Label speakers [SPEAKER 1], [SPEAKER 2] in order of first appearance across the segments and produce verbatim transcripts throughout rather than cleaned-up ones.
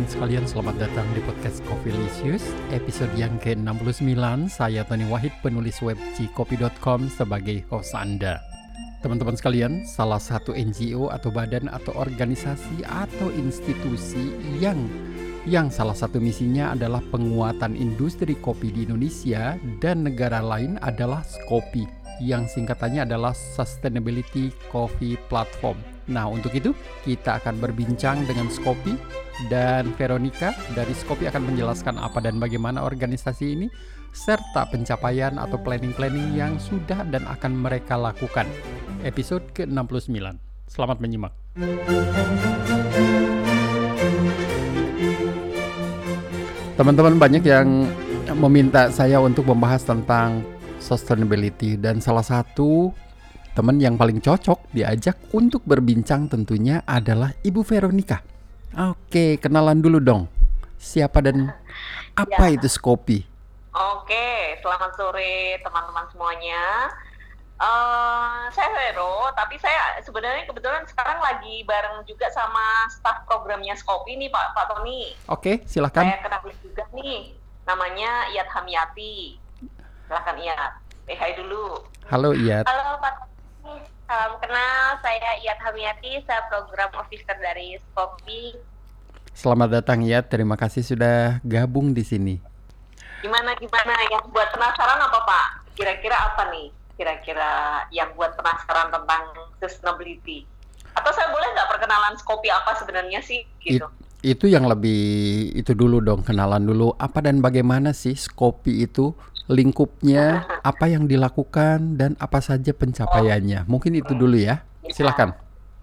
[SPEAKER 1] sekalian, selamat datang di podcast Coffeelicious, episode yang ke enam puluh sembilan. Saya Tony Wahid, penulis web cikopi dot com sebagai host Anda. Teman-teman sekalian, salah satu N G O atau badan atau organisasi atau institusi yang yang salah satu misinya adalah penguatan industri kopi di Indonesia dan negara lain adalah Skopi, yang singkatannya adalah Sustainability Coffee Platform. Nah, untuk itu kita akan berbincang dengan Skopi, dan Veronica dari Skopi akan menjelaskan apa dan bagaimana organisasi ini serta pencapaian atau planning-planning yang sudah dan akan mereka lakukan. Episode ke enam puluh sembilan. Selamat menyimak. Teman-teman banyak yang meminta saya untuk membahas tentang sustainability, dan salah satu teman yang paling cocok diajak untuk berbincang tentunya adalah Ibu Veronica. Oke, kenalan dulu dong. Siapa dan apa ya. Itu Skopi?
[SPEAKER 2] Oke, selamat sore teman-teman semuanya. Uh, saya Vero, tapi saya sebenarnya kebetulan sekarang lagi bareng juga sama staf programnya Skopi nih Pak Pak Tony.
[SPEAKER 1] Oke, silakan.
[SPEAKER 2] Saya kenal juga nih, namanya Iyat Hamiyati. Silakan Iyat. Eh, hai dulu.
[SPEAKER 1] Halo Iyat.
[SPEAKER 3] Halo Pak. Salam kenal, saya Iyat Hamiyati, saya program officer dari Skopi.
[SPEAKER 1] Selamat datang Iyat, terima kasih sudah gabung di sini.
[SPEAKER 2] Gimana gimana yang buat penasaran apa Pak? Kira-kira apa nih? Kira-kira yang buat penasaran tentang sustainability? Atau saya boleh nggak perkenalan Skopi apa sebenarnya sih? Gitu.
[SPEAKER 1] It, itu yang lebih itu dulu dong, kenalan dulu apa dan bagaimana sih Skopi itu, lingkupnya, apa yang dilakukan dan apa saja pencapaiannya. Mungkin itu dulu ya. Silakan.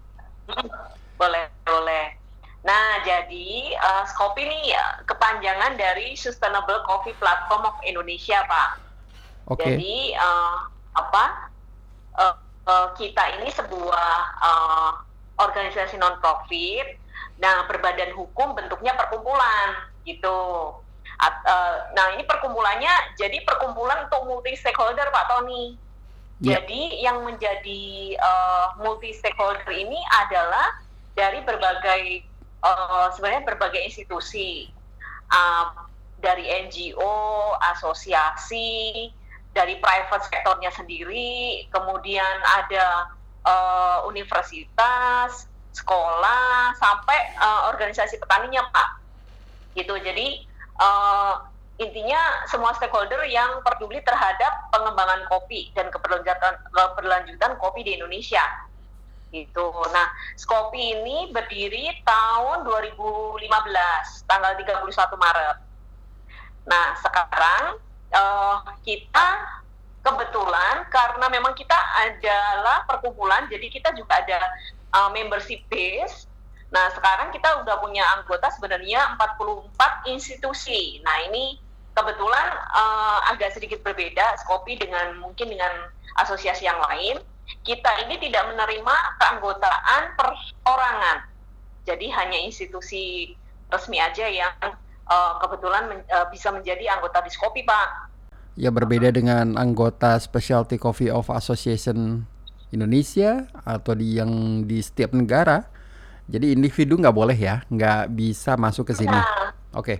[SPEAKER 2] Boleh, boleh. Nah, jadi uh, Skopi ini ya kepanjangan dari Sustainable Coffee Platform of Indonesia, Pak.
[SPEAKER 1] Oke. Okay.
[SPEAKER 2] Jadi uh, apa? Uh, uh, kita ini sebuah uh, organisasi non-profit. Nah, berbadan hukum, bentuknya perkumpulan, gitu. At, uh, nah ini perkumpulannya jadi perkumpulan untuk multi stakeholder Pak Tony. Yeah. Jadi yang menjadi uh, multi stakeholder ini adalah dari berbagai uh, sebenarnya berbagai institusi, uh, dari N G O, asosiasi, dari private sektornya sendiri, kemudian ada uh, universitas, sekolah, sampai uh, organisasi petaninya Pak. Gitu. Jadi Uh, intinya semua stakeholder yang peduli terhadap pengembangan kopi dan keberlanjutan keberlanjutan kopi di Indonesia. Gitu. Nah, Skopi ini berdiri tahun dua ribu lima belas, tanggal tiga puluh satu Maret. Nah, sekarang uh, kita kebetulan karena memang kita adalah perkumpulan, jadi kita juga ada uh, membership base. Nah, sekarang kita udah punya anggota sebenarnya empat puluh empat institusi. Nah, ini kebetulan uh, agak sedikit berbeda Skopi dengan mungkin dengan asosiasi yang lain. Kita ini tidak menerima keanggotaan perorangan. Jadi hanya institusi resmi aja yang uh, kebetulan men- uh, bisa menjadi anggota di Skopi, Pak.
[SPEAKER 1] Ya, berbeda dengan anggota Specialty Coffee of Association Indonesia atau di yang di setiap negara. Jadi individu nggak boleh ya, nggak bisa masuk ke sini.
[SPEAKER 2] Nah,
[SPEAKER 1] Oke. Okay.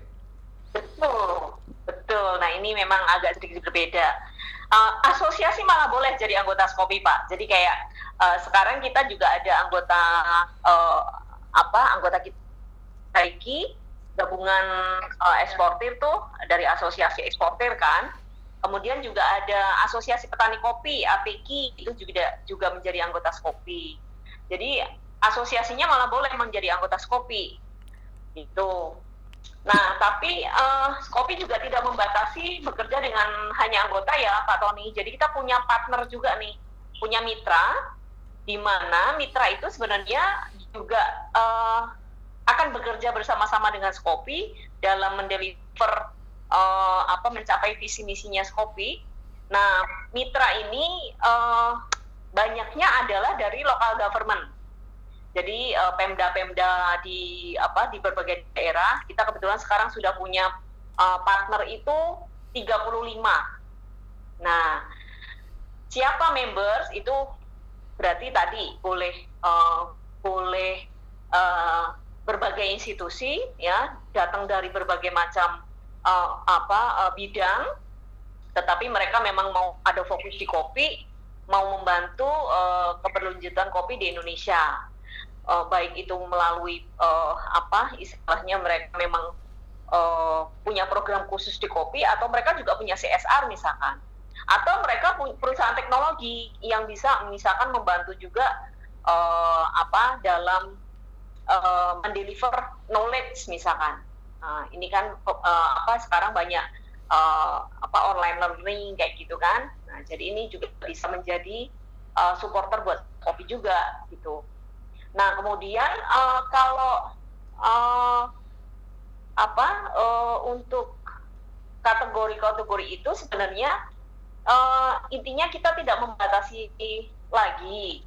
[SPEAKER 2] Betul, betul. Nah ini memang agak sedikit berbeda. Uh, asosiasi malah boleh jadi anggota Skopi Pak. Jadi kayak uh, sekarang kita juga ada anggota uh, apa? Anggota kita Reiki, gabungan uh, eksportir tuh dari asosiasi eksportir kan. Kemudian juga ada asosiasi petani kopi A P K I, itu juga juga menjadi anggota Skopi. Jadi asosiasinya malah boleh menjadi anggota Skopi, gitu. Nah, tapi uh, Skopi juga tidak membatasi bekerja dengan hanya anggota ya, Pak Tony. Jadi kita punya partner juga nih, punya mitra, di mana mitra itu sebenarnya juga uh, akan bekerja bersama-sama dengan Skopi dalam mendeliver uh, apa mencapai visi misinya Skopi. Nah, mitra ini uh, banyaknya adalah dari local government. Jadi uh, Pemda-Pemda di apa di berbagai daerah, kita kebetulan sekarang sudah punya uh, partner itu tiga puluh lima. Nah, siapa members itu berarti tadi boleh uh, boleh uh, berbagai institusi, ya, datang dari berbagai macam uh, apa uh, bidang, tetapi mereka memang mau ada fokus di kopi, mau membantu uh, keberlanjutan kopi di Indonesia, uh, baik itu melalui uh, apa istilahnya mereka memang uh, punya program khusus di kopi, atau mereka juga punya C S R misalkan, atau mereka punya perusahaan teknologi yang bisa misalkan membantu juga uh, apa dalam Uh, mendeliver knowledge misalkan. Nah, ini kan uh, apa sekarang banyak uh, apa online learning kayak gitu kan. Nah, jadi ini juga bisa menjadi uh, supporter buat kopi juga gitu. Nah, kemudian uh, kalau uh, apa uh, untuk kategori-kategori itu sebenarnya uh, intinya kita tidak membatasi lagi.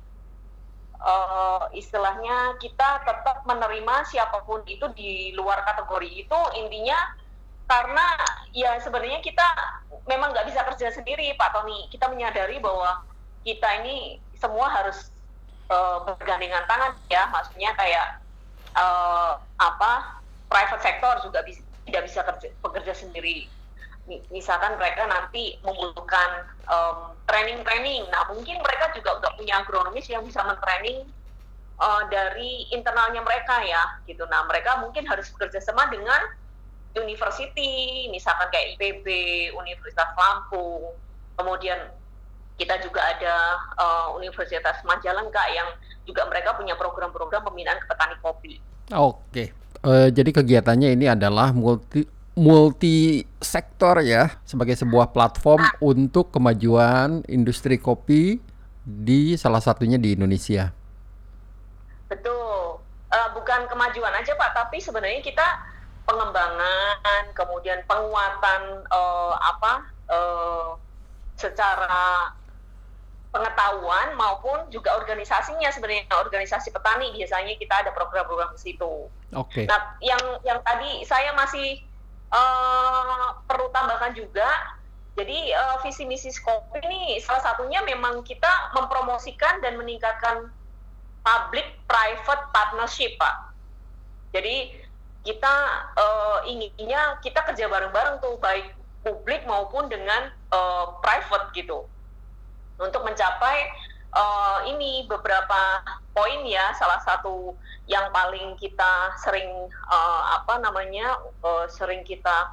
[SPEAKER 2] Uh, istilahnya kita tetap menerima siapapun itu di luar kategori itu, intinya karena ya sebenarnya kita memang nggak bisa kerja sendiri Pak Tony. Kita menyadari bahwa kita ini semua harus uh, bergandengan tangan ya, maksudnya kayak uh, apa private sector juga bisa, tidak bisa kerja, bekerja sendiri. Misalkan mereka nanti membutuhkan um, training-training, nah mungkin mereka juga nggak punya agronomis yang bisa mentraining uh, dari internalnya mereka ya, gitu. Nah mereka mungkin harus bekerja sama dengan university, misalkan kayak I P B, Universitas Lampung, kemudian kita juga ada uh, Universitas Majalengka yang juga mereka punya program-program pembinaan ke petani kopi.
[SPEAKER 1] Oke, uh, jadi kegiatannya ini adalah multi multi sektor ya, sebagai sebuah platform untuk kemajuan industri kopi di salah satunya di Indonesia.
[SPEAKER 2] Betul, uh, bukan kemajuan aja Pak, tapi sebenarnya kita pengembangan, kemudian penguatan uh, apa uh, secara pengetahuan maupun juga organisasinya, sebenarnya organisasi petani biasanya kita ada program-program ke situ.
[SPEAKER 1] Oke. Okay.
[SPEAKER 2] Nah, yang yang tadi saya masih Uh, perlu tambahkan juga, jadi uh, visi misi Skopi ini salah satunya memang kita mempromosikan dan meningkatkan public private partnership Pak. Jadi kita uh, inginnya kita kerja bareng-bareng tuh, baik publik maupun dengan uh, private gitu, untuk mencapai uh, ini beberapa poin ya. Salah satu yang paling kita sering uh, apa namanya uh, sering kita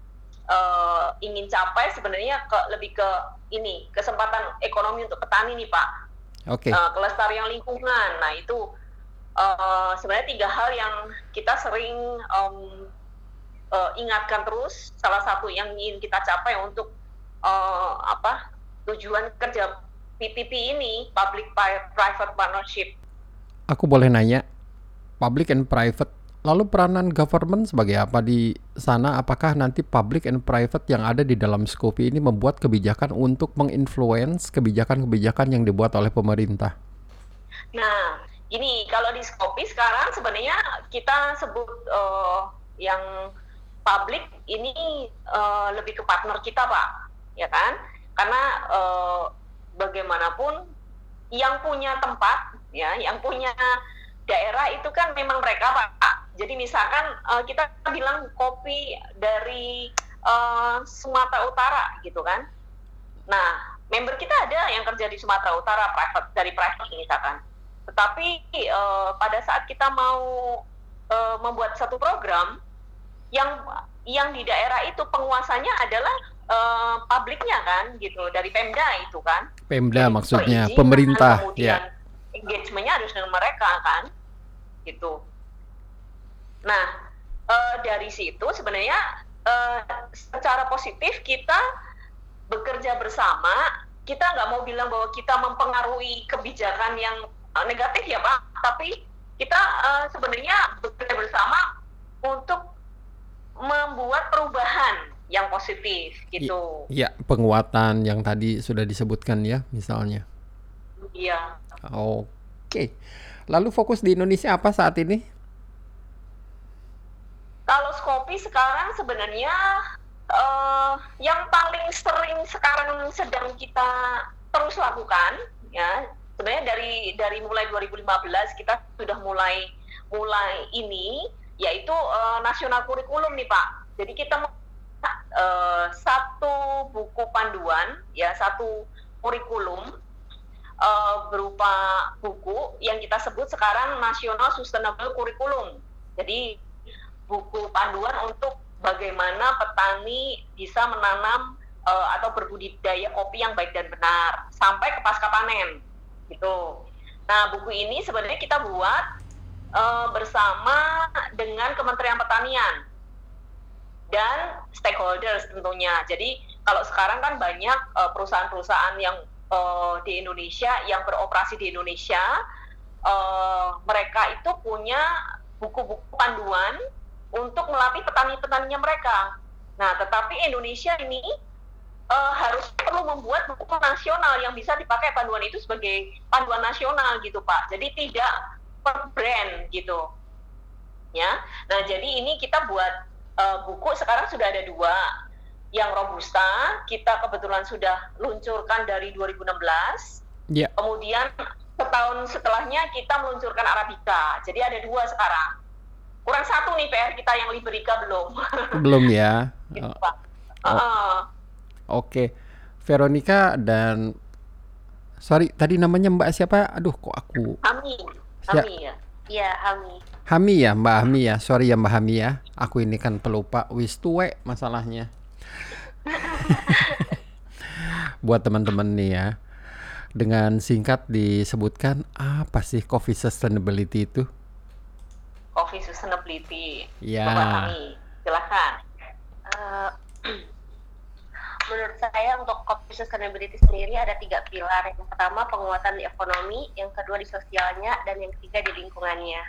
[SPEAKER 2] uh, ingin capai sebenarnya ke lebih ke ini kesempatan ekonomi untuk petani nih Pak.
[SPEAKER 1] Oke. Okay.
[SPEAKER 2] Uh, kelestarian lingkungan. Nah itu uh, sebenarnya tiga hal yang kita sering um, uh, ingatkan terus. Salah satu yang ingin kita capai untuk uh, apa tujuan kerja P P P ini, public private partnership.
[SPEAKER 1] Aku boleh nanya, public and private, lalu peranan government sebagai apa di sana? Apakah nanti public and private yang ada di dalam Skopi ini membuat kebijakan untuk menginfluence kebijakan-kebijakan yang dibuat oleh pemerintah?
[SPEAKER 2] Nah, ini kalau di Skopi sekarang sebenarnya kita sebut uh, yang public ini uh, lebih ke partner kita Pak, ya kan? Karena uh, bagaimanapun yang punya tempat, ya, yang punya daerah itu kan memang mereka Pak. Jadi misalkan uh, kita bilang kopi dari uh, Sumatera Utara gitu kan. Nah, member kita ada yang kerja di Sumatera Utara, private, dari private misalkan. Tetapi uh, pada saat kita mau uh, membuat satu program yang yang di daerah itu penguasanya adalah uh, publiknya kan gitu, dari Pemda itu kan.
[SPEAKER 1] Pemda
[SPEAKER 2] jadi,
[SPEAKER 1] maksudnya
[SPEAKER 2] izin,
[SPEAKER 1] pemerintah
[SPEAKER 2] kemudian
[SPEAKER 1] ya.
[SPEAKER 2] Engagementnya harus dengan mereka kan gitu. Nah uh, dari situ sebenarnya uh, secara positif kita bekerja bersama. Kita nggak mau bilang bahwa kita mempengaruhi kebijakan yang uh, negatif ya Pak, tapi kita uh, sebenarnya bekerja bersama untuk membuat perubahan yang positif gitu.
[SPEAKER 1] Iya, penguatan yang tadi sudah disebutkan ya, misalnya.
[SPEAKER 2] Iya.
[SPEAKER 1] Oke. Lalu fokus di Indonesia apa saat ini?
[SPEAKER 2] Kalau Skopi sekarang sebenarnya uh, yang paling sering sekarang sedang kita terus lakukan ya, sebenarnya dari dari mulai dua ribu lima belas kita sudah mulai mulai ini yaitu uh, nasional kurikulum nih Pak. Jadi kita uh, satu buku panduan ya, satu kurikulum uh, berupa buku yang kita sebut sekarang National Sustainable Curriculum. Jadi buku panduan untuk bagaimana petani bisa menanam uh, atau berbudidaya kopi yang baik dan benar sampai ke pasca panen gitu. Nah, buku ini sebenarnya kita buat uh, bersama dengan Kementerian Pertanian dan stakeholders tentunya. Jadi kalau sekarang kan banyak uh, perusahaan-perusahaan yang uh, di Indonesia yang beroperasi di Indonesia, uh, mereka itu punya buku-buku panduan untuk melatih petani-petaninya mereka. Nah, tetapi Indonesia ini uh, harus perlu membuat buku nasional yang bisa dipakai panduan itu sebagai panduan nasional gitu Pak. Jadi tidak per brand gitu. Ya. Nah, jadi ini kita buat uh, buku sekarang sudah ada dua. Yang Robusta kita kebetulan sudah luncurkan dari dua ribu enam belas. Yeah. Kemudian setahun setelahnya kita meluncurkan Arabica. Jadi ada dua sekarang. Kurang satu nih P R kita yang Liberica belum.
[SPEAKER 1] Belum ya.
[SPEAKER 2] Gitu, Pak.
[SPEAKER 1] Oh. Uh, Oke, okay. Veronica dan sorry tadi namanya Mbak siapa? Aduh kok aku.
[SPEAKER 2] Hami. Hami ya.
[SPEAKER 3] Iya Hami.
[SPEAKER 1] Hami ya Mbak Hami ya. Sorry ya Mbak Hami ya. Aku ini kan pelupa wis tuwe masalahnya. Buat teman-teman nih ya. Dengan singkat disebutkan apa sih coffee sustainability itu?
[SPEAKER 2] Coffee sustainability.
[SPEAKER 1] Ya.
[SPEAKER 2] Kami, silakan.
[SPEAKER 3] Uh, menurut saya untuk coffee sustainability sendiri ada tiga pilar. Yang pertama penguatan di ekonomi, yang kedua di sosialnya, dan yang ketiga di lingkungannya.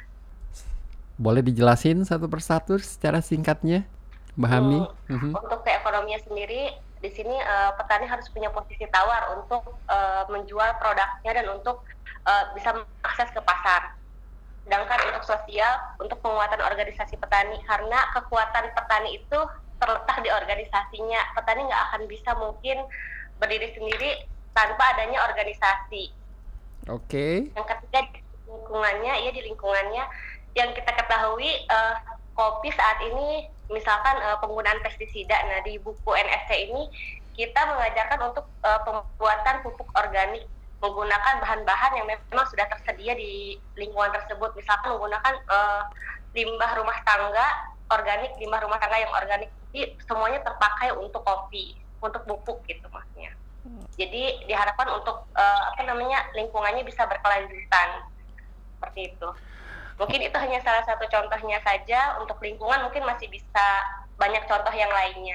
[SPEAKER 1] Boleh dijelasin satu persatu secara singkatnya, Mbak Hami?
[SPEAKER 3] Hmm, uh-huh. Untuk ke ekonominya sendiri, di sini uh, petani harus punya posisi tawar untuk uh, menjual produknya dan untuk uh, bisa mengakses ke pasar. Sedangkan untuk sosial, untuk penguatan organisasi petani, karena kekuatan petani itu terletak di organisasinya. Petani nggak akan bisa mungkin berdiri sendiri tanpa adanya organisasi.
[SPEAKER 1] Oke. Okay.
[SPEAKER 3] Yang ketiga di lingkungannya, ya di lingkungannya yang kita ketahui uh, kopi saat ini misalkan uh, penggunaan pestisida. Nah, di buku N S C ini kita mengajarkan untuk uh, pembuatan pupuk organik menggunakan bahan-bahan yang memang sudah tersedia di lingkungan tersebut. Misalkan menggunakan uh, limbah rumah tangga organik, limbah rumah tangga yang organik. Jadi semuanya terpakai untuk kopi, untuk pupuk gitu maksudnya. Jadi diharapkan untuk uh, apa namanya lingkungannya bisa berkelanjutan seperti itu. Mungkin itu hanya salah satu contohnya saja. Untuk lingkungan mungkin masih bisa banyak contoh yang lainnya.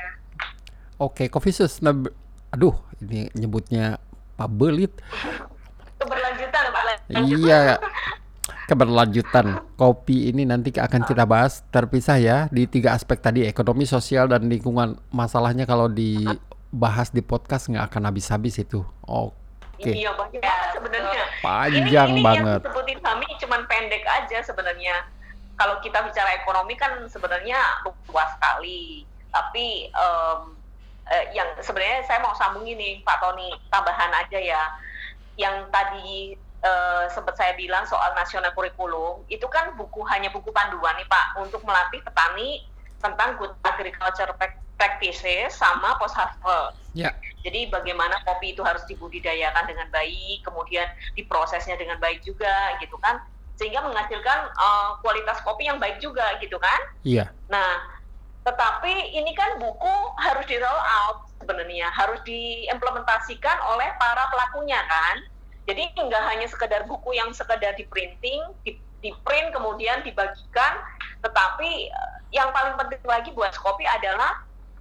[SPEAKER 1] Oke, coffee sustainability. Aduh, ini nyebutnya Pak Belit.
[SPEAKER 2] Keberlanjutan, Pak.
[SPEAKER 1] Iya, keberlanjutan. Kopi ini nanti akan kita bahas terpisah ya di tiga aspek tadi, ekonomi, sosial, dan lingkungan. Masalahnya kalau dibahas di podcast nggak akan habis-habis itu. Oke.
[SPEAKER 2] Iya banyak ya, sebenarnya.
[SPEAKER 1] Panjang
[SPEAKER 2] ini, ini
[SPEAKER 1] banget.
[SPEAKER 2] Yang disebutin kami cuman pendek aja sebenarnya. Kalau kita bicara ekonomi kan sebenarnya luas sekali. Tapi um, eh, yang sebenarnya saya mau sambungin nih Pak Tony, tambahan aja ya. Yang tadi eh, sempat saya bilang soal nasional kurikulum, itu kan buku hanya buku panduan nih Pak untuk melatih petani tentang good agriculture practices sama post harvest. Ya. Jadi bagaimana kopi itu harus dibudidayakan dengan baik, kemudian diprosesnya dengan baik juga, gitu kan, sehingga menghasilkan uh, kualitas kopi yang baik juga, gitu kan? Iya. Nah, tetapi ini kan buku harus di roll out sebenarnya, harus diimplementasikan oleh para pelakunya kan. Jadi nggak hanya sekedar buku yang sekedar di printing, di, di print kemudian dibagikan, tetapi yang paling penting lagi buat kopi adalah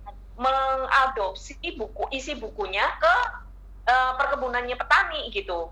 [SPEAKER 2] mengadopsi buku isi bukunya ke uh, perkebunannya petani gitu.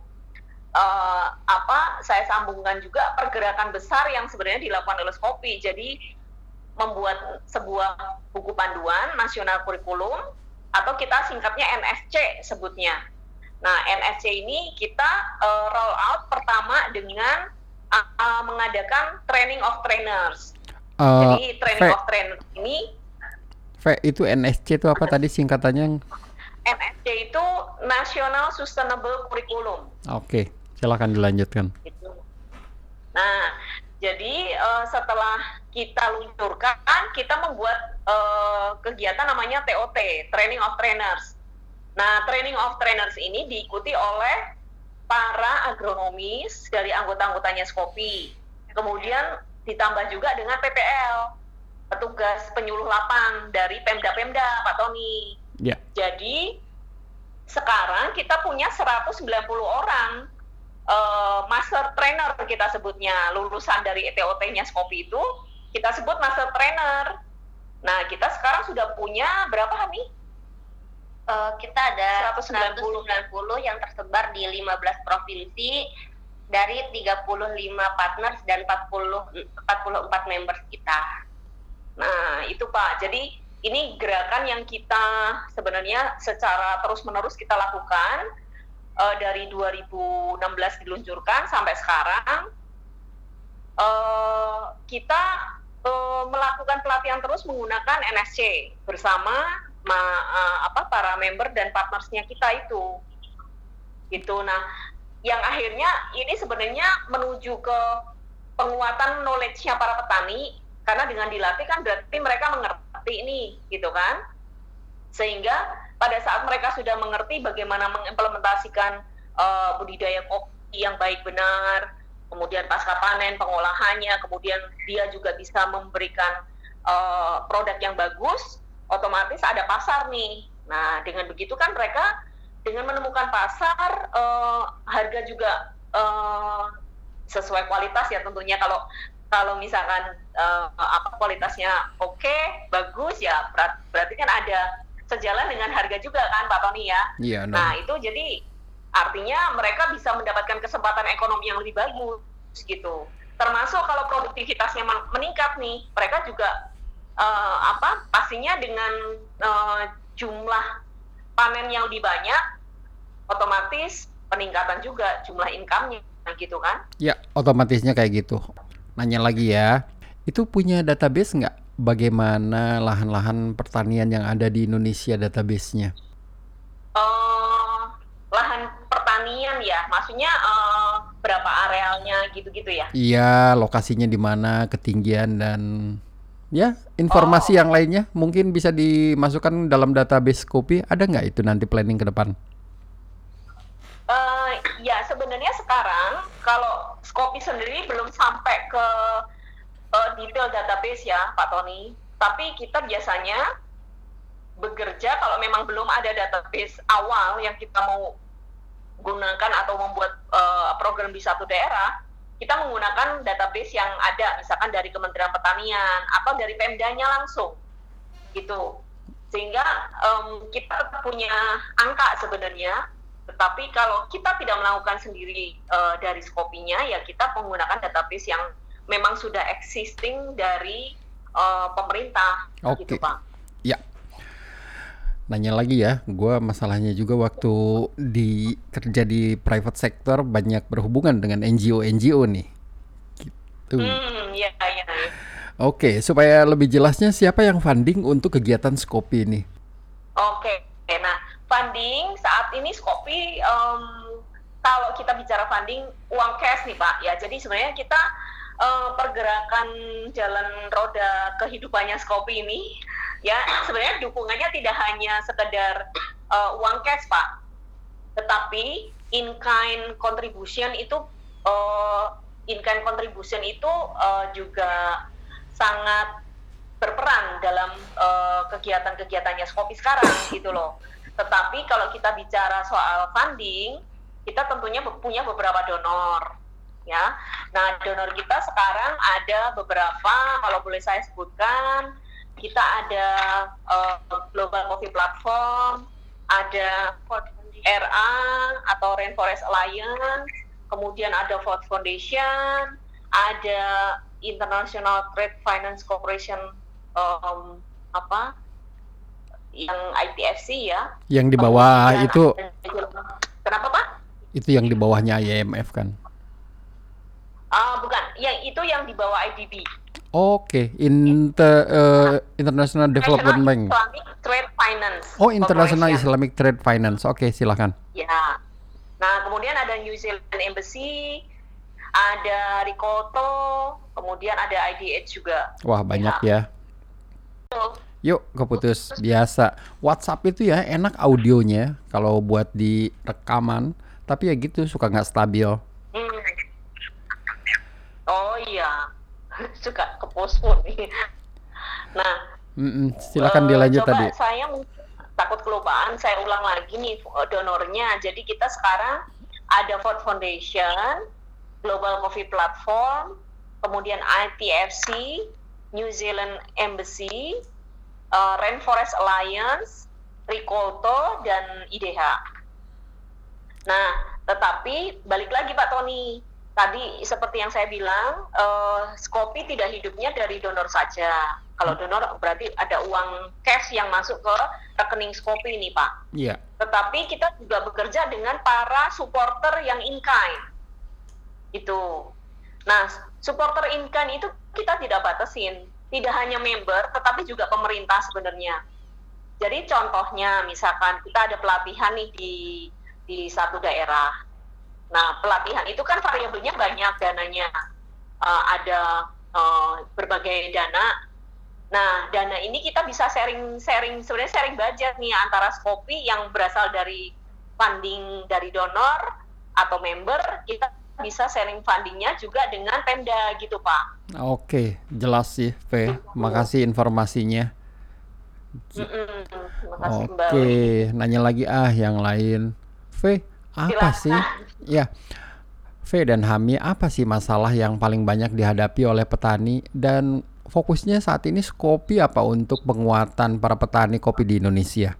[SPEAKER 2] Uh, apa saya sambungkan juga pergerakan besar yang sebenarnya dilakukan oleh Skopi. Jadi membuat sebuah buku panduan nasional kurikulum atau kita singkatnya N S C sebutnya. Nah, N S C ini kita uh, roll out pertama dengan uh, uh, mengadakan training of trainers. Uh, Jadi training of trainers ini
[SPEAKER 1] V, itu N S C itu apa tadi singkatannya?
[SPEAKER 2] N S C itu National Sustainable Curriculum.
[SPEAKER 1] Oke, silakan dilanjutkan.
[SPEAKER 2] Gitu. Nah, jadi uh, setelah kita luncurkan, kita membuat uh, kegiatan namanya T O T, Training of Trainers. Nah, Training of Trainers ini diikuti oleh para agronomis dari anggota-anggotanya Skopi. Kemudian ditambah juga dengan P P L, petugas penyuluh lapang dari Pemda-Pemda, Pak Tony.
[SPEAKER 1] Yeah.
[SPEAKER 2] Jadi sekarang kita punya seratus sembilan puluh orang uh, master trainer, kita sebutnya, lulusan dari T O T-nya Skopi itu kita sebut master trainer. Nah, kita sekarang sudah punya berapa, Hani?
[SPEAKER 3] Uh, kita ada
[SPEAKER 2] seratus sembilan
[SPEAKER 3] puluh yang tersebar di lima belas provinsi dari tiga puluh lima partners dan empat puluh, empat puluh empat members kita.
[SPEAKER 2] Nah, itu Pak. Jadi ini gerakan yang kita sebenarnya secara terus-menerus kita lakukan uh, dari dua ribu enam belas diluncurkan sampai sekarang. Uh, kita uh, melakukan pelatihan terus menggunakan N S C bersama ma, uh, apa para member dan partnersnya kita itu. Gitu. Nah, yang akhirnya ini sebenarnya menuju ke penguatan knowledge-nya para petani, karena dengan dilatih kan berarti mereka mengerti ini, gitu kan? Sehingga pada saat mereka sudah mengerti bagaimana mengimplementasikan uh, budidaya kopi yang baik benar, kemudian pasca panen pengolahannya, kemudian dia juga bisa memberikan uh, produk yang bagus, otomatis ada pasar nih. Nah, dengan begitu kan mereka dengan menemukan pasar, uh, harga juga uh, sesuai kualitas ya tentunya. Kalau kalau misalkan uh, apa kualitasnya oke, okay, bagus ya berat, berarti kan ada sejalan dengan harga juga kan Pak Tony ya.
[SPEAKER 1] Iya, no.
[SPEAKER 2] Nah itu jadi artinya mereka bisa mendapatkan kesempatan ekonomi yang lebih bagus gitu. Termasuk kalau produktivitasnya meningkat nih, mereka juga uh, apa pastinya dengan uh, jumlah panen yang lebih banyak, otomatis peningkatan juga jumlah income-nya gitu kan.
[SPEAKER 1] Ya, otomatisnya kayak gitu. Nanya lagi ya, itu punya database nggak? Bagaimana lahan-lahan pertanian yang ada di Indonesia database-nya?
[SPEAKER 2] Uh, lahan pertanian ya, maksudnya uh, berapa arealnya gitu-gitu ya?
[SPEAKER 1] Iya, lokasinya di mana, ketinggian dan ya informasi oh. yang lainnya mungkin bisa dimasukkan dalam database Skopi. Ada nggak itu nanti planning ke depan?
[SPEAKER 2] Uh, ya sebenarnya sekarang kalau Skopi sendiri belum sampai ke uh, detail database ya Pak Tony, tapi kita biasanya bekerja kalau memang belum ada database awal yang kita mau gunakan atau membuat uh, program di satu daerah, kita menggunakan database yang ada misalkan dari Kementerian Pertanian atau dari Pemdanya langsung gitu, sehingga um, kita tetap punya angka sebenarnya. Tetapi kalau kita tidak melakukan sendiri uh, dari Skopinya, ya kita menggunakan database yang memang sudah existing dari uh, pemerintah.
[SPEAKER 1] Oke.
[SPEAKER 2] Gitu, Pak.
[SPEAKER 1] Ya. Nanya lagi ya, gue masalahnya juga waktu di kerja di private sector banyak berhubungan dengan N G O-N G O nih. Gitu.
[SPEAKER 2] Hmm, ya, ya.
[SPEAKER 1] Oke, supaya lebih jelasnya siapa yang funding untuk kegiatan Skopi ini?
[SPEAKER 2] Oke, nah funding saat ini Skopi, um, kalau kita bicara funding uang cash nih Pak, ya jadi sebenarnya kita uh, pergerakan jalan roda kehidupannya Skopi ini, ya sebenarnya dukungannya tidak hanya sekedar uh, uang cash Pak, tetapi in-kind contribution itu, uh, in-kind contribution itu uh, juga sangat berperan dalam uh, kegiatan-kegiatannya Skopi sekarang gitu loh. Tetapi kalau kita bicara soal funding, kita tentunya punya beberapa donor, ya. Nah, donor kita sekarang ada beberapa, kalau boleh saya sebutkan, kita ada uh, Global Coffee Platform, ada R A atau Rainforest Alliance, kemudian ada Ford Foundation, ada International Trade Finance Corporation, um, apa? yang I T F C ya.
[SPEAKER 1] Yang di bawah kemudian itu.
[SPEAKER 2] Kenapa Pak?
[SPEAKER 1] Itu yang di bawahnya I M F kan?
[SPEAKER 2] Uh, bukan, yang itu yang di bawah I D B.
[SPEAKER 1] Oke, okay. Inter uh, International Development Bank.
[SPEAKER 2] Islamic Trade Finance.
[SPEAKER 1] Oh, International Islamic Trade Finance. Oke, okay, silakan.
[SPEAKER 2] Ya. Nah, kemudian ada New Zealand Embassy, ada Ricoto, kemudian ada I D H juga.
[SPEAKER 1] Wah, banyak ya. Yuk, keputus biasa. WhatsApp itu ya enak audionya kalau buat di rekaman, tapi ya gitu suka nggak stabil.
[SPEAKER 2] Hmm. Oh iya, suka ke postpone nih. Nah,
[SPEAKER 1] Mm-mm, silakan
[SPEAKER 2] eh,
[SPEAKER 1] dilanjut
[SPEAKER 2] coba
[SPEAKER 1] tadi.
[SPEAKER 2] saya mungkin takut kelupaan, saya ulang lagi nih eh, donornya. Jadi kita sekarang ada Ford Foundation, Global Coffee Platform, kemudian I T F C, New Zealand Embassy, uh, Rainforest Alliance, Ricoto, dan I D H. Nah, tetapi balik lagi Pak Tony, tadi seperti yang saya bilang, uh, Skopi tidak hidupnya dari donor saja. Kalau donor berarti ada uang cash yang masuk ke rekening Skopi ini Pak.
[SPEAKER 1] Iya.
[SPEAKER 2] Tetapi kita juga bekerja dengan para supporter yang in kind. Itu. Nah, supporter in kind itu kita tidak batasin. Tidak hanya member, tetapi juga pemerintah sebenarnya. Jadi contohnya, misalkan kita ada pelatihan nih di di satu daerah. Nah, pelatihan itu kan variabelnya banyak dananya. Uh, ada uh, berbagai dana. Nah, dana ini kita bisa sharing-sharing, sebenarnya sharing budget nih antara Skopi yang berasal dari funding dari donor atau member, kita bisa sharing fundingnya juga dengan Pemda gitu Pak.
[SPEAKER 1] Oke, jelas sih, V. Makasih informasinya.
[SPEAKER 2] Mm-mm, makasih
[SPEAKER 1] Oke,
[SPEAKER 2] kembali.
[SPEAKER 1] nanya lagi ah yang lain. V, apa
[SPEAKER 2] Silakan.
[SPEAKER 1] sih? Ya, V dan Hami, apa sih masalah yang paling banyak dihadapi oleh petani dan fokusnya saat ini Skopi apa untuk penguatan para petani kopi di Indonesia?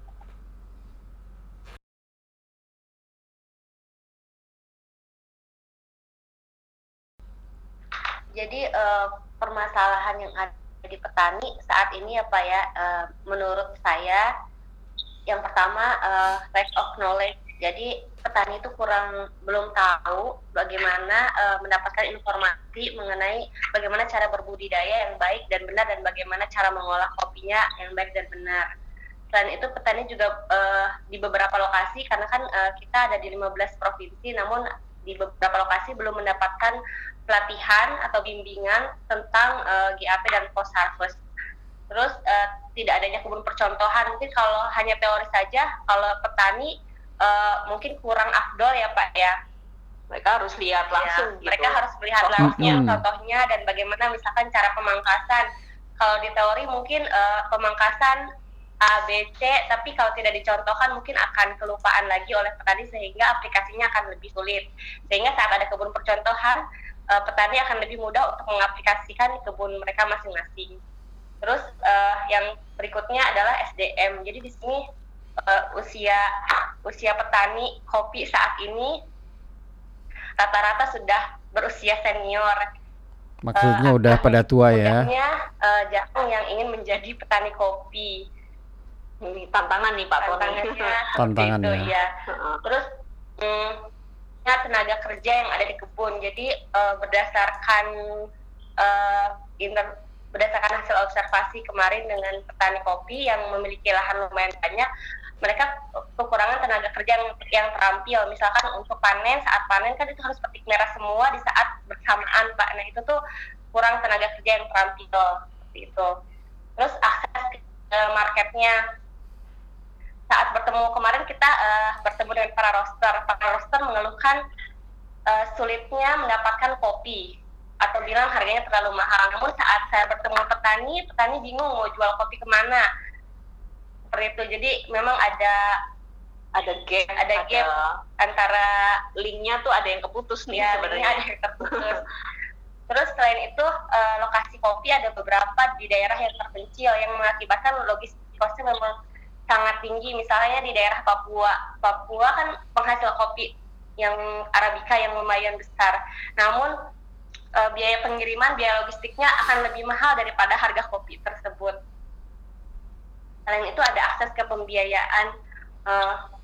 [SPEAKER 3] Jadi uh, permasalahan yang ada di petani saat ini apa ya, uh, menurut saya yang pertama uh, lack of knowledge. Jadi petani itu kurang belum tahu bagaimana uh, mendapatkan informasi mengenai bagaimana cara berbudidaya yang baik dan benar dan bagaimana cara mengolah kopinya yang baik dan benar. Selain itu petani juga uh, di beberapa lokasi, karena kan uh, kita ada di lima belas provinsi, namun di beberapa lokasi belum mendapatkan pelatihan atau bimbingan tentang uh, G A P dan post harvest. Terus uh, tidak adanya kebun percontohan, mungkin kalau hanya teori saja, kalau petani uh, mungkin kurang afdol ya Pak ya.
[SPEAKER 2] Mereka harus lihat langsung
[SPEAKER 3] ya,
[SPEAKER 2] gitu.
[SPEAKER 3] Mereka harus melihat
[SPEAKER 2] Contohnya.
[SPEAKER 3] langsung contohnya dan bagaimana misalkan cara pemangkasan. Kalau di teori mungkin uh, pemangkasan A, B, C, tapi kalau tidak dicontohkan mungkin akan kelupaan lagi oleh petani sehingga aplikasinya akan lebih sulit. Sehingga saat ada kebun percontohan, uh, petani akan lebih mudah untuk mengaplikasikan kebun mereka masing-masing. Terus uh, yang berikutnya adalah S D M. Jadi di sini uh, usia usia petani kopi saat ini rata-rata sudah berusia senior.
[SPEAKER 1] Maksudnya
[SPEAKER 3] uh,
[SPEAKER 1] udah pada tua ya?
[SPEAKER 3] Uh, jarang yang ingin menjadi petani kopi.
[SPEAKER 2] Ini tantangan nih Pak Tony.
[SPEAKER 1] Tantangan
[SPEAKER 3] itu,
[SPEAKER 1] ya.
[SPEAKER 3] ya. Terus hmm, ya, tenaga kerja yang ada di kebun. Jadi uh, berdasarkan uh, inter, berdasarkan hasil observasi kemarin dengan petani kopi yang memiliki lahan lumayan banyak, mereka kekurangan tenaga kerja yang, yang terampil. Misalkan untuk panen, saat panen kan itu harus petik merah semua di saat bersamaan Pak. Nah itu tuh kurang tenaga kerja yang terampil seperti itu. Terus akses ke marketnya. Saat bertemu kemarin kita uh, bertemu dengan para roaster. Para roaster mengeluhkan uh, sulitnya mendapatkan kopi atau bilang harganya terlalu mahal. Namun saat saya bertemu petani, petani bingung mau jual kopi kemana. Seperti itu. Jadi memang ada
[SPEAKER 2] ada gap,
[SPEAKER 3] ada gap
[SPEAKER 2] ada
[SPEAKER 3] antara
[SPEAKER 2] linknya tuh ada yang keputus nih
[SPEAKER 3] ya,
[SPEAKER 2] sebenarnya.
[SPEAKER 3] Ada yang terputus. Terus selain itu uh, lokasi kopi ada beberapa di daerah yang terpencil yang mengakibatkan logistik kosnya memang sangat tinggi. Misalnya di daerah Papua, Papua kan penghasil kopi yang Arabica yang lumayan besar. Namun e, biaya pengiriman, biaya logistiknya akan lebih mahal daripada harga kopi tersebut. Selain itu ada akses ke pembiayaan. E,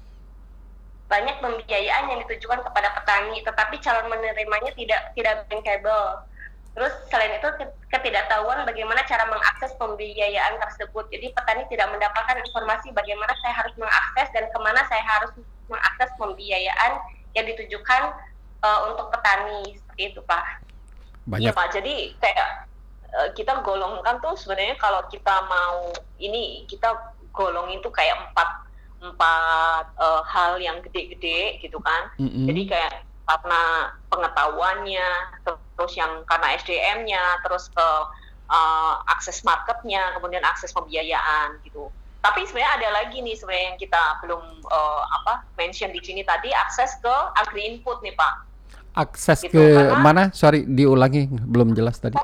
[SPEAKER 3] banyak pembiayaan yang ditujukan kepada petani, tetapi calon menerimanya tidak tidak bankable. Terus selain itu ketidaktahuan bagaimana cara mengakses pembiayaan tersebut. Jadi petani tidak mendapatkan informasi bagaimana saya harus mengakses dan kemana saya harus mengakses pembiayaan yang ditujukan uh, untuk petani. seperti itu Pak.
[SPEAKER 2] Iya
[SPEAKER 1] Banyak.
[SPEAKER 2] Pak, jadi kayak eh, kita golongkan tuh sebenarnya kalau kita mau ini kita golong itu kayak empat empat eh, hal yang gede-gede gitu kan.
[SPEAKER 1] Mm-mm.
[SPEAKER 2] Jadi kayak karena pengetahuannya, terus yang karena S D M-nya, terus ke eh, akses marketnya, kemudian akses pembiayaan gitu. Tapi sebenarnya ada lagi nih sebenarnya yang kita belum eh, apa mention di sini tadi, akses ke agri input nih Pak.
[SPEAKER 1] Akses
[SPEAKER 2] Gitu,
[SPEAKER 1] ke
[SPEAKER 2] karena-
[SPEAKER 1] mana? Sorry, diulangi, belum jelas tadi.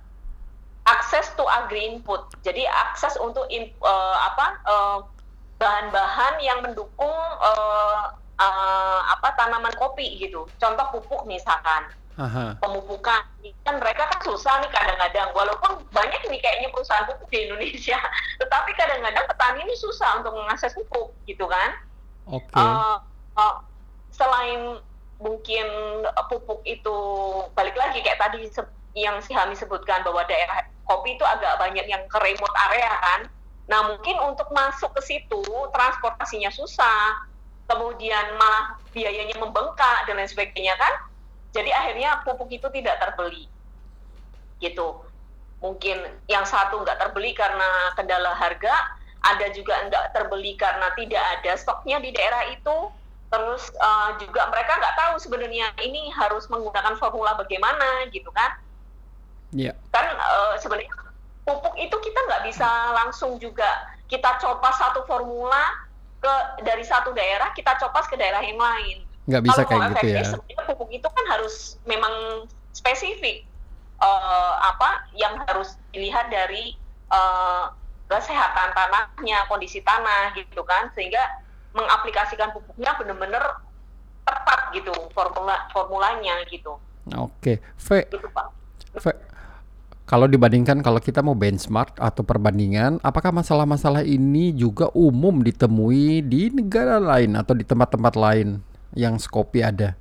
[SPEAKER 2] Akses to agri input. Jadi akses untuk in, eh, apa eh, bahan-bahan yang mendukung eh, eh, apa tanaman kopi gitu. Contoh pupuk misalkan.
[SPEAKER 1] Aha.
[SPEAKER 2] Pemupukan kan mereka kan susah nih kadang-kadang, walaupun banyak nih kayaknya perusahaan pupuk di Indonesia, tetapi kadang-kadang petani ini susah untuk mengakses pupuk gitu kan.
[SPEAKER 1] Oke.
[SPEAKER 2] Uh, uh, selain mungkin uh, pupuk itu balik lagi kayak tadi se- yang si Hami sebutkan bahwa daerah kopi itu agak banyak yang ke remote area kan. Nah mungkin untuk masuk ke situ transportasinya susah, kemudian malah biayanya membengkak dan lain sebagainya kan. Jadi akhirnya pupuk itu tidak terbeli, gitu. Mungkin yang satu nggak terbeli karena kendala harga, ada juga nggak terbeli karena tidak ada stoknya di daerah itu. Terus uh, juga mereka nggak tahu sebenarnya ini harus menggunakan formula bagaimana, gitu kan?
[SPEAKER 1] Iya.
[SPEAKER 2] Kan uh, sebenarnya pupuk itu kita nggak bisa langsung juga kita copas satu formula ke dari satu daerah kita copas ke daerah yang lain.
[SPEAKER 1] Nggak bisa
[SPEAKER 2] Kalau
[SPEAKER 1] kayak
[SPEAKER 2] mau
[SPEAKER 1] gitu
[SPEAKER 2] efektif,
[SPEAKER 1] ya.
[SPEAKER 2] sebenarnya pupuk itu kan harus memang spesifik uh, apa yang harus dilihat dari uh, kesehatan tanahnya, kondisi tanah gitu kan, sehingga mengaplikasikan pupuknya benar-benar tepat gitu formula formulanya gitu.
[SPEAKER 1] Oke, V,
[SPEAKER 2] Gitu Pak.
[SPEAKER 1] V, kalau dibandingkan kalau kita mau benchmark atau perbandingan, apakah masalah-masalah ini juga umum ditemui di negara lain atau di tempat-tempat lain yang Shopee ada?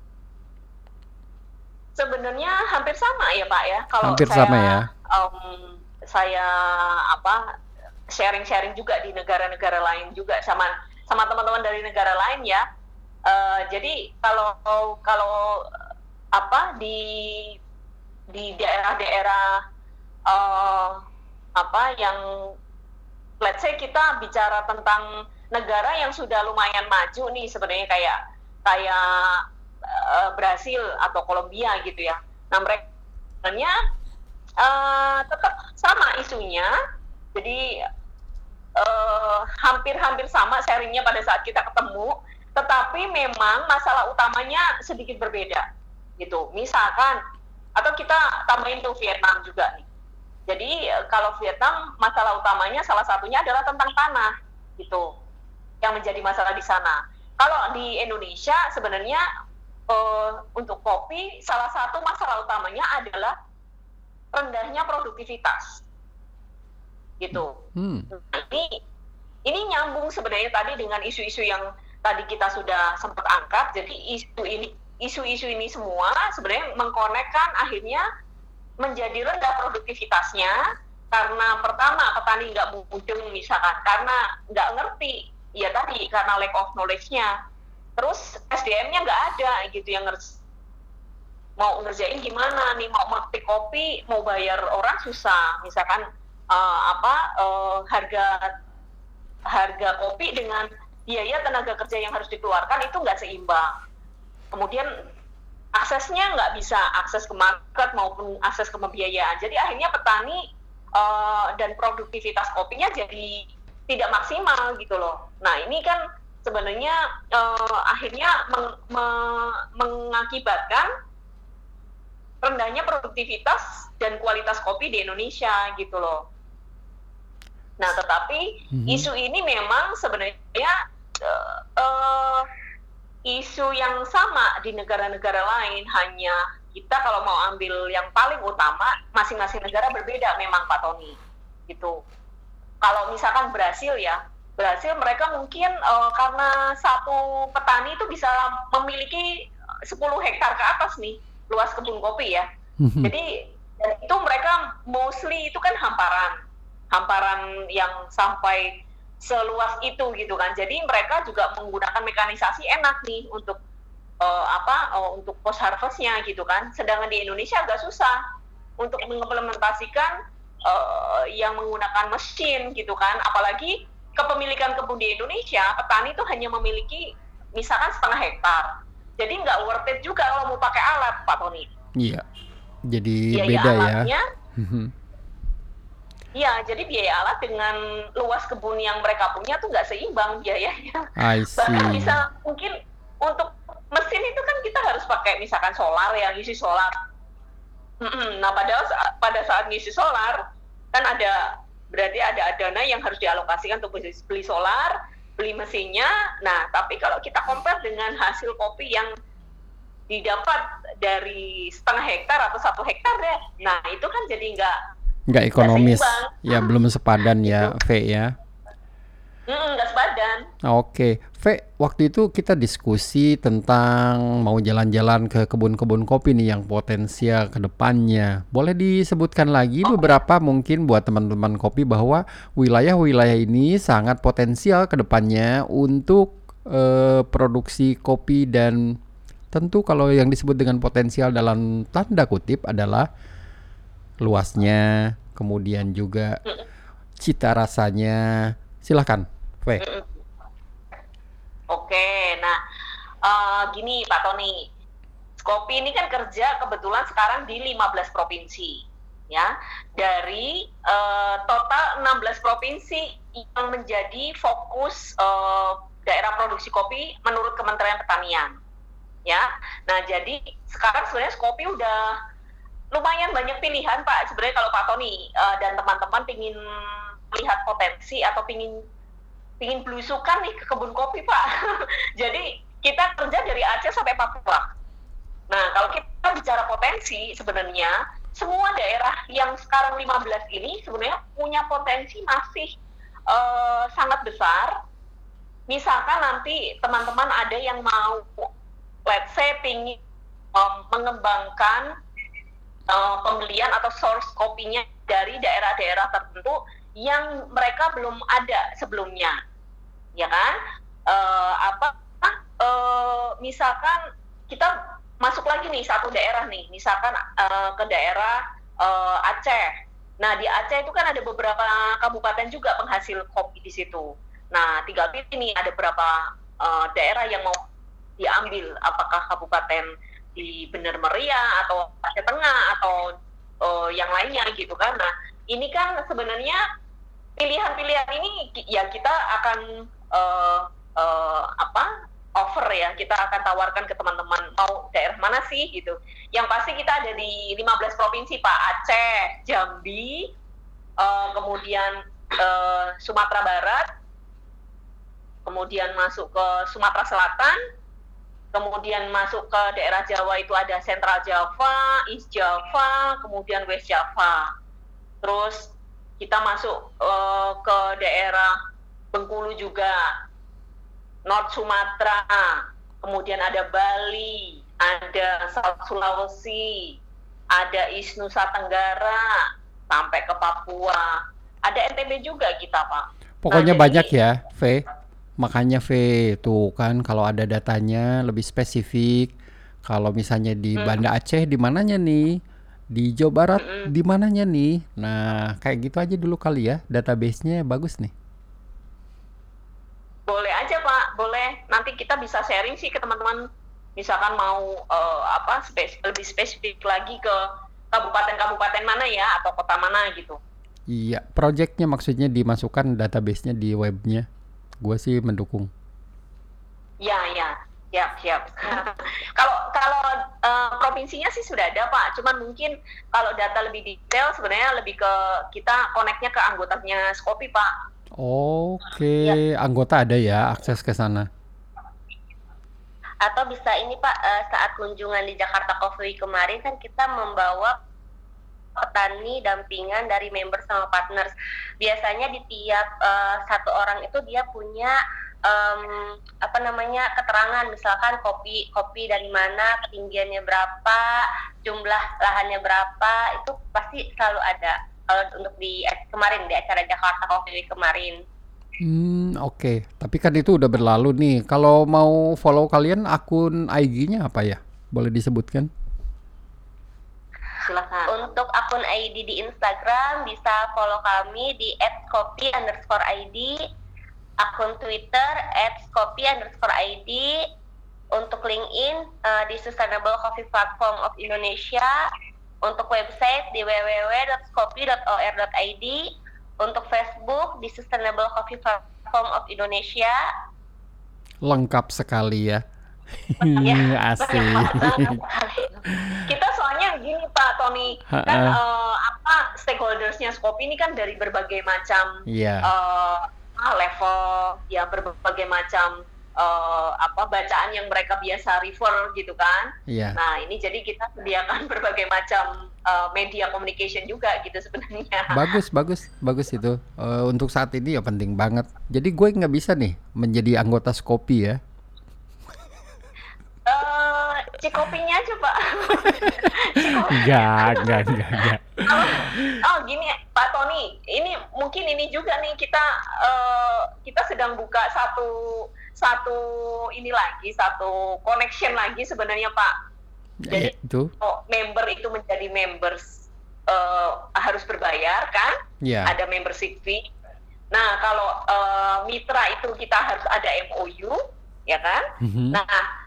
[SPEAKER 2] Sebenarnya hampir sama ya Pak ya. Kalau
[SPEAKER 1] Hampir
[SPEAKER 2] saya,
[SPEAKER 1] sama ya.
[SPEAKER 2] um, saya apa sharing-sharing juga di negara-negara lain juga sama sama teman-teman dari negara lain ya. Uh, jadi kalau kalau apa di di daerah-daerah uh, apa yang let's say kita bicara tentang negara yang sudah lumayan maju nih sebenarnya kayak kayak uh, Brasil atau Kolombia gitu ya. Nah mereka sebenarnya uh, tetap sama isunya, jadi uh, hampir-hampir sama sharingnya pada saat kita ketemu, tetapi memang masalah utamanya sedikit berbeda gitu. Misalkan atau kita tambahin tuh Vietnam juga nih. Jadi kalau Vietnam masalah utamanya salah satunya adalah tentang tanah gitu yang menjadi masalah di sana. Kalau di Indonesia sebenarnya uh, untuk kopi salah satu masalah utamanya adalah rendahnya produktivitas gitu.
[SPEAKER 1] Hmm.
[SPEAKER 2] Ini ini nyambung sebenarnya tadi dengan isu-isu yang tadi kita sudah sempat angkat. Jadi isu ini isu-isu ini semua sebenarnya mengkonekkan akhirnya menjadi rendah produktivitasnya karena pertama petani nggak mudeng misalkan karena nggak ngerti ya tadi karena lack of knowledge-nya, terus S D M-nya nggak ada gitu yang ngerti mau ngerjain gimana nih, mau metik kopi mau bayar orang susah misalkan uh, apa uh, harga harga kopi dengan biaya tenaga kerja yang harus dikeluarkan itu nggak seimbang. Kemudian aksesnya nggak bisa akses ke market maupun akses ke pembiayaan. Jadi akhirnya petani uh, dan produktivitas kopinya jadi tidak maksimal gitu loh. Nah ini kan sebenarnya uh, akhirnya meng- me- mengakibatkan rendahnya produktivitas dan kualitas kopi di Indonesia gitu loh. Nah tetapi
[SPEAKER 1] Mhm.
[SPEAKER 2] isu ini memang sebenarnya uh, uh, isu yang sama di negara-negara lain, hanya kita kalau mau ambil yang paling utama, masing-masing negara berbeda memang Pak Tony, gitu. Kalau misalkan Brasil ya, Brasil mereka mungkin uh, karena satu petani itu bisa memiliki sepuluh hektar ke atas nih, luas kebun kopi ya.
[SPEAKER 1] Mhm.
[SPEAKER 2] Jadi dan itu mereka mostly itu kan hamparan, hamparan yang sampai seluas itu gitu kan. Jadi mereka juga menggunakan mekanisasi enak nih untuk uh, apa uh, untuk post harvestnya gitu kan. Sedangkan di Indonesia agak susah untuk mengimplementasikan uh, yang menggunakan mesin gitu kan. Apalagi kepemilikan kebun di Indonesia, petani itu hanya memiliki misalkan setengah hektar. Jadi nggak worth it juga kalau mau pakai alat, Pak Tony.
[SPEAKER 1] Iya, jadi
[SPEAKER 2] Biaya
[SPEAKER 1] beda
[SPEAKER 2] alatnya,
[SPEAKER 1] ya.
[SPEAKER 2] Iya, jadi biaya alat dengan luas kebun yang mereka punya tuh nggak seimbang biayanya.
[SPEAKER 1] I
[SPEAKER 2] Bahkan
[SPEAKER 1] see.
[SPEAKER 2] bisa mungkin untuk mesin itu kan kita harus pakai misalkan solar ya, ngisi solar. Mm-mm. Nah, padahal sa- pada saat ngisi solar kan ada berarti ada dana yang harus dialokasikan untuk beli beli solar, beli mesinnya. Nah, tapi kalau kita compare dengan hasil kopi yang didapat dari setengah hektar atau satu hektar deh, nah itu kan jadi nggak
[SPEAKER 1] Nggak
[SPEAKER 2] nggak
[SPEAKER 1] ekonomis.
[SPEAKER 2] seimbang.
[SPEAKER 1] Ya belum sepadan
[SPEAKER 2] Gitu.
[SPEAKER 1] ya, V ya.
[SPEAKER 2] Mm, nggak sepadan.
[SPEAKER 1] Oke, V, waktu itu kita diskusi tentang mau jalan-jalan ke kebun-kebun kopi nih yang potensial ke depannya. Boleh disebutkan lagi
[SPEAKER 2] Oke.
[SPEAKER 1] beberapa mungkin buat teman-teman kopi bahwa wilayah-wilayah ini sangat potensial ke depannya untuk eh, produksi kopi, dan tentu kalau yang disebut dengan potensial dalam tanda kutip adalah luasnya, kemudian juga
[SPEAKER 2] Mm-mm.
[SPEAKER 1] cita rasanya. Silahkan, V.
[SPEAKER 2] Mm-mm. Oke, nah eh, gini Pak Tony, Kopi ini kan kerja kebetulan sekarang di lima belas provinsi, ya. Dari eh, total enam belas provinsi yang menjadi fokus eh, daerah produksi kopi menurut Kementerian Pertanian, ya. Nah, jadi sekarang sebenarnya kopi udah lumayan banyak pilihan Pak. Sebenarnya kalau Pak Tony eh, dan teman-teman pingin lihat potensi atau pingin pingin belusukan nih ke kebun kopi Pak. Jadi kita kerja dari Aceh sampai Papua. Nah, kalau kita bicara potensi, sebenarnya semua daerah yang sekarang lima belas ini sebenarnya punya potensi masih uh, sangat besar. Misalkan nanti teman-teman ada yang mau, let's say, pingin um, mengembangkan uh, pembelian atau source kopinya dari daerah-daerah tertentu yang mereka belum ada sebelumnya, ya kan? Uh, apa? Uh, misalkan kita masuk lagi nih satu daerah nih, misalkan uh, ke daerah uh, Aceh. Nah, di Aceh itu kan ada beberapa kabupaten juga penghasil kopi di situ. Nah, tinggal pilih nih ada berapa uh, daerah yang mau diambil, apakah kabupaten di Bener Meriah atau Aceh Tengah atau uh, yang lainnya gitu kan. Nah, ini kan sebenarnya pilihan-pilihan ini ya kita akan uh, uh, apa offer ya, kita akan tawarkan ke teman-teman mau daerah mana sih gitu. Yang pasti kita ada di lima belas provinsi Pak, Aceh, Jambi, uh, kemudian uh, Sumatera Barat, kemudian masuk ke Sumatera Selatan, kemudian masuk ke daerah Jawa itu ada Central Java, East Java, kemudian West Java. Terus kita masuk uh, ke daerah Bengkulu juga, North Sumatera, kemudian ada Bali, ada South Sulawesi, ada East Nusa Tenggara, sampai ke Papua. Ada N T B juga kita, Pak.
[SPEAKER 1] Pokoknya
[SPEAKER 2] Nah,
[SPEAKER 1] banyak
[SPEAKER 2] jadi,
[SPEAKER 1] ya, V. Makanya V tuh kan kalau ada datanya lebih spesifik. Kalau misalnya di
[SPEAKER 2] mm,
[SPEAKER 1] Banda Aceh di mananya nih? Di Jawa Barat
[SPEAKER 2] mm,
[SPEAKER 1] di mananya nih? Nah, kayak gitu aja dulu kali ya. Database-nya bagus nih.
[SPEAKER 2] boleh aja Pak, boleh. Nanti kita bisa sharing sih ke teman-teman. Misalkan mau uh, apa spes- lebih spesifik lagi ke kabupaten-kabupaten mana ya atau kota mana gitu.
[SPEAKER 1] Iya, projectnya maksudnya dimasukkan database-nya di webnya. Gue sih mendukung.
[SPEAKER 2] Ya, ya, siap, siap. Kalau kalau uh, provinsinya sih sudah ada Pak, cuman mungkin kalau data lebih detail sebenarnya lebih ke kita connect-nya ke anggotanya Skopi Pak. Ya.
[SPEAKER 1] Oke, anggota ada ya akses ke sana.
[SPEAKER 3] Atau bisa ini Pak, uh, saat kunjungan di Jakarta Coffee Week kemarin kan kita membawa petani dampingan dari member sama partners. Biasanya di tiap uh, satu orang itu dia punya um, apa namanya keterangan, misalkan kopi kopi dari mana, ketinggiannya berapa, jumlah lahannya berapa, itu pasti selalu ada. Kalau untuk di kemarin di acara Jakarta Coffee Week kemarin.
[SPEAKER 1] Hmm, oke. Tapi kan itu udah berlalu nih. Kalau mau follow kalian, akun I G-nya apa ya? Boleh disebutkan?
[SPEAKER 2] Silakan.
[SPEAKER 3] Untuk akun I D di Instagram bisa follow kami di at skopi underscore I D, akun Twitter at skopi underscore I D, untuk LinkedIn uh, di Sustainable Coffee Platform of Indonesia, untuk website di w w w dot skopi dot o r dot i d, untuk Facebook di Sustainable Coffee Platform of Indonesia.
[SPEAKER 1] Lengkap sekali ya.
[SPEAKER 2] Ya,
[SPEAKER 1] Asik.
[SPEAKER 2] banyak banget. Kita soalnya gini Pak Tony, kan
[SPEAKER 1] Ha-ha.
[SPEAKER 2] eh, apa stakeholdersnya Skopi ini kan dari berbagai macam
[SPEAKER 1] Iya.
[SPEAKER 2] eh, ah, level, ya berbagai macam eh, apa bacaan yang mereka biasa refer gitu kan.
[SPEAKER 1] Iya.
[SPEAKER 2] Nah ini jadi kita sediakan berbagai macam eh, media communication juga gitu sebenarnya.
[SPEAKER 1] Bagus, bagus, bagus itu. Eh, untuk saat ini ya penting banget. Jadi gue nggak bisa nih menjadi anggota Skopi ya.
[SPEAKER 2] Eh, Cikopinya aja Pak. Cikopi.
[SPEAKER 1] Enggak, enggak, enggak, enggak.
[SPEAKER 2] Oh, oh gini Pak Tony, ini mungkin ini juga nih kita eh, kita sedang buka satu satu ini lagi, satu connection lagi sebenarnya Pak.
[SPEAKER 1] Ya,
[SPEAKER 2] Jadi
[SPEAKER 1] itu.
[SPEAKER 2] oh, member itu menjadi members eh, harus berbayar kan?
[SPEAKER 1] Ya.
[SPEAKER 2] Ada membership fee. Nah kalau eh, mitra itu kita harus ada M O U, ya kan?
[SPEAKER 1] Mhm.
[SPEAKER 2] Nah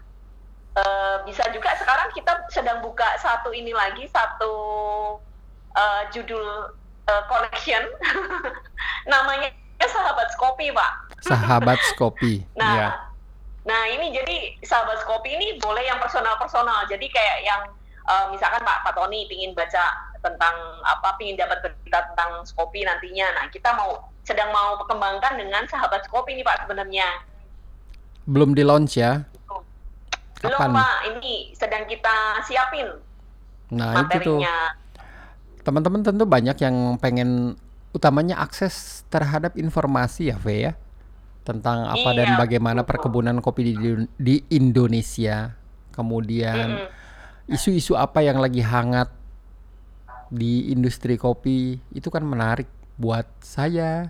[SPEAKER 2] eh, bisa juga sekarang kita sedang buka satu ini lagi, satu eh, judul eh, connection, namanya Sahabat Skopi Pak.
[SPEAKER 1] Sahabat Skopi.
[SPEAKER 2] Nah,
[SPEAKER 1] Ya.
[SPEAKER 2] nah ini jadi Sahabat Skopi ini boleh yang personal-personal. Jadi kayak yang eh, misalkan Pak Pak Tony pingin baca tentang apa, pingin dapat berita tentang Skopi nantinya. Nah kita mau sedang mau kembangkan dengan Sahabat Skopi ini Pak sebenarnya.
[SPEAKER 1] Belum di launch ya.
[SPEAKER 2] Belum
[SPEAKER 1] Kapan?
[SPEAKER 2] Pak, ini sedang kita siapin
[SPEAKER 1] Nah, itu tuh.
[SPEAKER 2] materinya.
[SPEAKER 1] Teman-teman tentu banyak yang pengen utamanya akses terhadap informasi ya, V ya. Tentang apa dan
[SPEAKER 2] Iya,
[SPEAKER 1] bagaimana
[SPEAKER 2] betul.
[SPEAKER 1] perkebunan kopi di, di Indonesia. Kemudian
[SPEAKER 2] Mm-mm.
[SPEAKER 1] isu-isu apa yang lagi hangat di industri kopi. Itu kan menarik buat saya.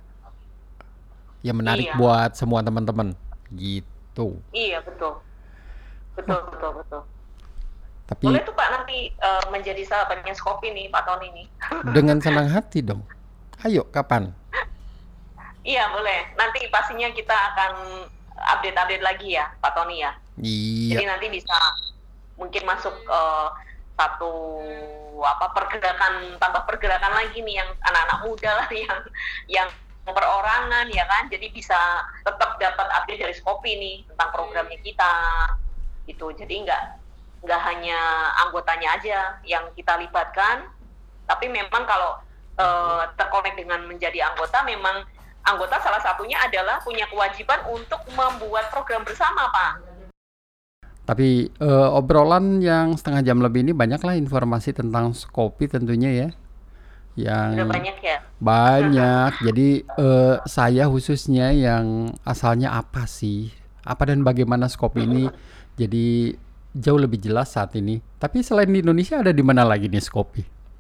[SPEAKER 1] Ya menarik
[SPEAKER 2] Iya.
[SPEAKER 1] buat semua teman-teman. Gitu.
[SPEAKER 2] Iya betul, betul betul betul.
[SPEAKER 1] Tapi
[SPEAKER 2] Boleh tuh Pak nanti eh, menjadi sahabatnya Skopi nih Pak Tony nih.
[SPEAKER 1] dengan senang hati dong. Ayo, kapan?
[SPEAKER 2] Iya boleh. Nanti pastinya kita akan update-update lagi ya Pak Tony ya. Jadi
[SPEAKER 1] Iya.
[SPEAKER 2] nanti bisa mungkin masuk eh, satu apa pergerakan, tambah pergerakan lagi nih yang anak-anak muda lah yang yang perorangan ya kan. Jadi bisa tetap dapat update dari Skopi nih tentang programnya kita. Gitu. Jadi nggak nggak hanya anggotanya aja yang kita libatkan, tapi memang kalau eh, terkonek dengan menjadi anggota, memang anggota salah satunya adalah punya kewajiban untuk membuat program bersama, Pak.
[SPEAKER 1] Tapi eh, obrolan yang setengah jam lebih ini banyaklah informasi tentang kopi tentunya ya. Yang
[SPEAKER 2] Sudah banyak ya.
[SPEAKER 1] banyak. Jadi eh, saya khususnya yang asalnya apa sih? Apa dan bagaimana Skopi ini jadi jauh lebih jelas saat ini. Tapi selain di Indonesia ada di mana lagi nih Skopi?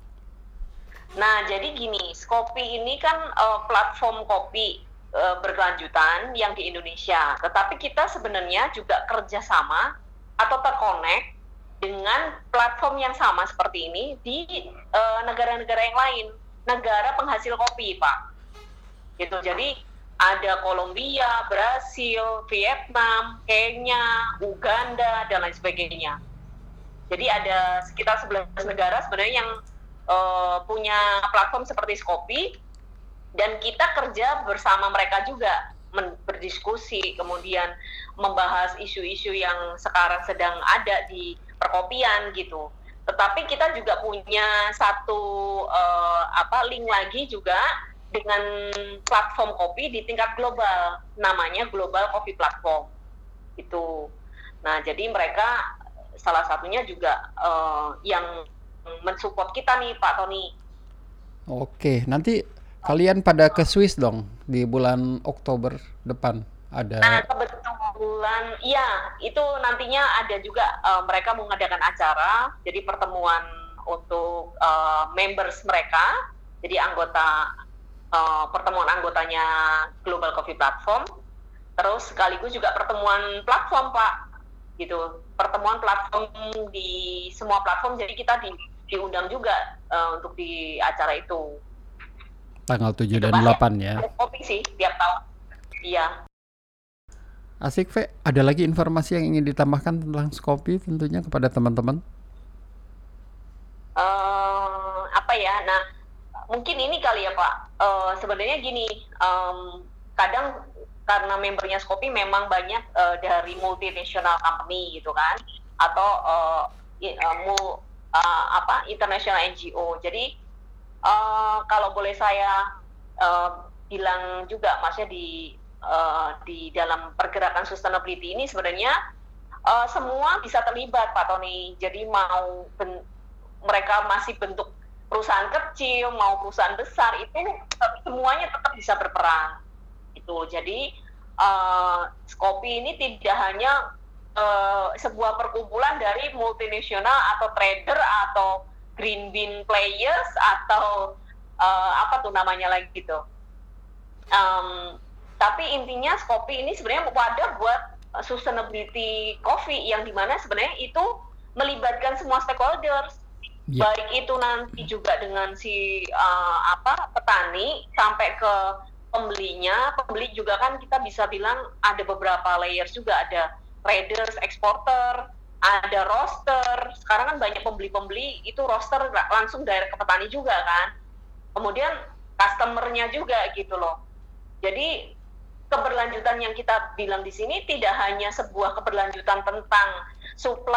[SPEAKER 2] Nah, jadi gini, Skopi ini kan eh, platform kopi eh, berkelanjutan yang di Indonesia. Tetapi kita sebenarnya juga kerjasama atau terkonek dengan platform yang sama seperti ini di eh, negara-negara yang lain, negara penghasil kopi, Pak. Gitu. Jadi ada Kolombia, Brasil, Vietnam, Kenya, Uganda, dan lain sebagainya. Jadi ada sekitar sebelas negara sebenarnya yang uh, punya platform seperti Skopi, dan kita kerja bersama mereka juga, men- berdiskusi, kemudian membahas isu-isu yang sekarang sedang ada di perkopian gitu. Tetapi kita juga punya satu uh, apa link lagi juga dengan platform kopi di tingkat global, namanya Global Coffee Platform itu. Nah, jadi mereka salah satunya juga uh, yang mensupport kita nih, Pak Tony.
[SPEAKER 1] Oke, nanti kalian pada ke Swiss dong di bulan Oktober depan ada.
[SPEAKER 2] Nah, kebetulan, iya, itu nantinya ada juga uh, mereka mengadakan acara, jadi pertemuan untuk uh, members mereka, jadi anggota uh, pertemuan anggotanya Global Coffee Platform, terus sekaligus juga pertemuan platform Pak, gitu. Pertemuan platform di semua platform, jadi kita di, diundang juga uh, untuk di acara itu.
[SPEAKER 1] Tanggal tujuh
[SPEAKER 2] Itu,
[SPEAKER 1] dan
[SPEAKER 2] Pak,
[SPEAKER 1] delapan ya.
[SPEAKER 2] Kopi sih tiap tahun. Iya.
[SPEAKER 1] Asik, Ve. Ada lagi informasi yang ingin ditambahkan tentang Skopi tentunya kepada teman-teman?
[SPEAKER 2] Uh, apa ya? Nah, mungkin ini kali ya Pak. Uh, sebenarnya gini, um, kadang karena membernya Skopi memang banyak uh, dari multinational company gitu kan, atau uh, uh, mul, uh, apa international N G O. Jadi uh, kalau boleh saya uh, bilang juga, maksudnya di uh, di dalam pergerakan sustainability ini sebenarnya uh, semua bisa terlibat Pak Tony. Jadi mau ben, mereka masih bentuk perusahaan kecil, mau perusahaan besar, itu semuanya tetap bisa berperan. Itu. Jadi uh, Skopi ini tidak hanya uh, sebuah perkumpulan dari multinasional atau trader atau green bean players atau uh, apa tuh namanya lagi gitu. Um, tapi intinya Skopi ini sebenarnya wadah buat sustainability coffee yang dimana sebenarnya itu melibatkan semua stakeholders. Yeah. Baik itu nanti juga dengan si uh, apa petani sampai ke pembelinya. Pembeli juga kan kita bisa bilang ada beberapa layers juga, ada traders, eksporter, ada roaster. Sekarang kan banyak pembeli-pembeli itu roaster langsung direct ke petani juga kan. Kemudian customernya juga gitu loh. Jadi keberlanjutan yang kita bilang di sini tidak hanya sebuah keberlanjutan tentang supply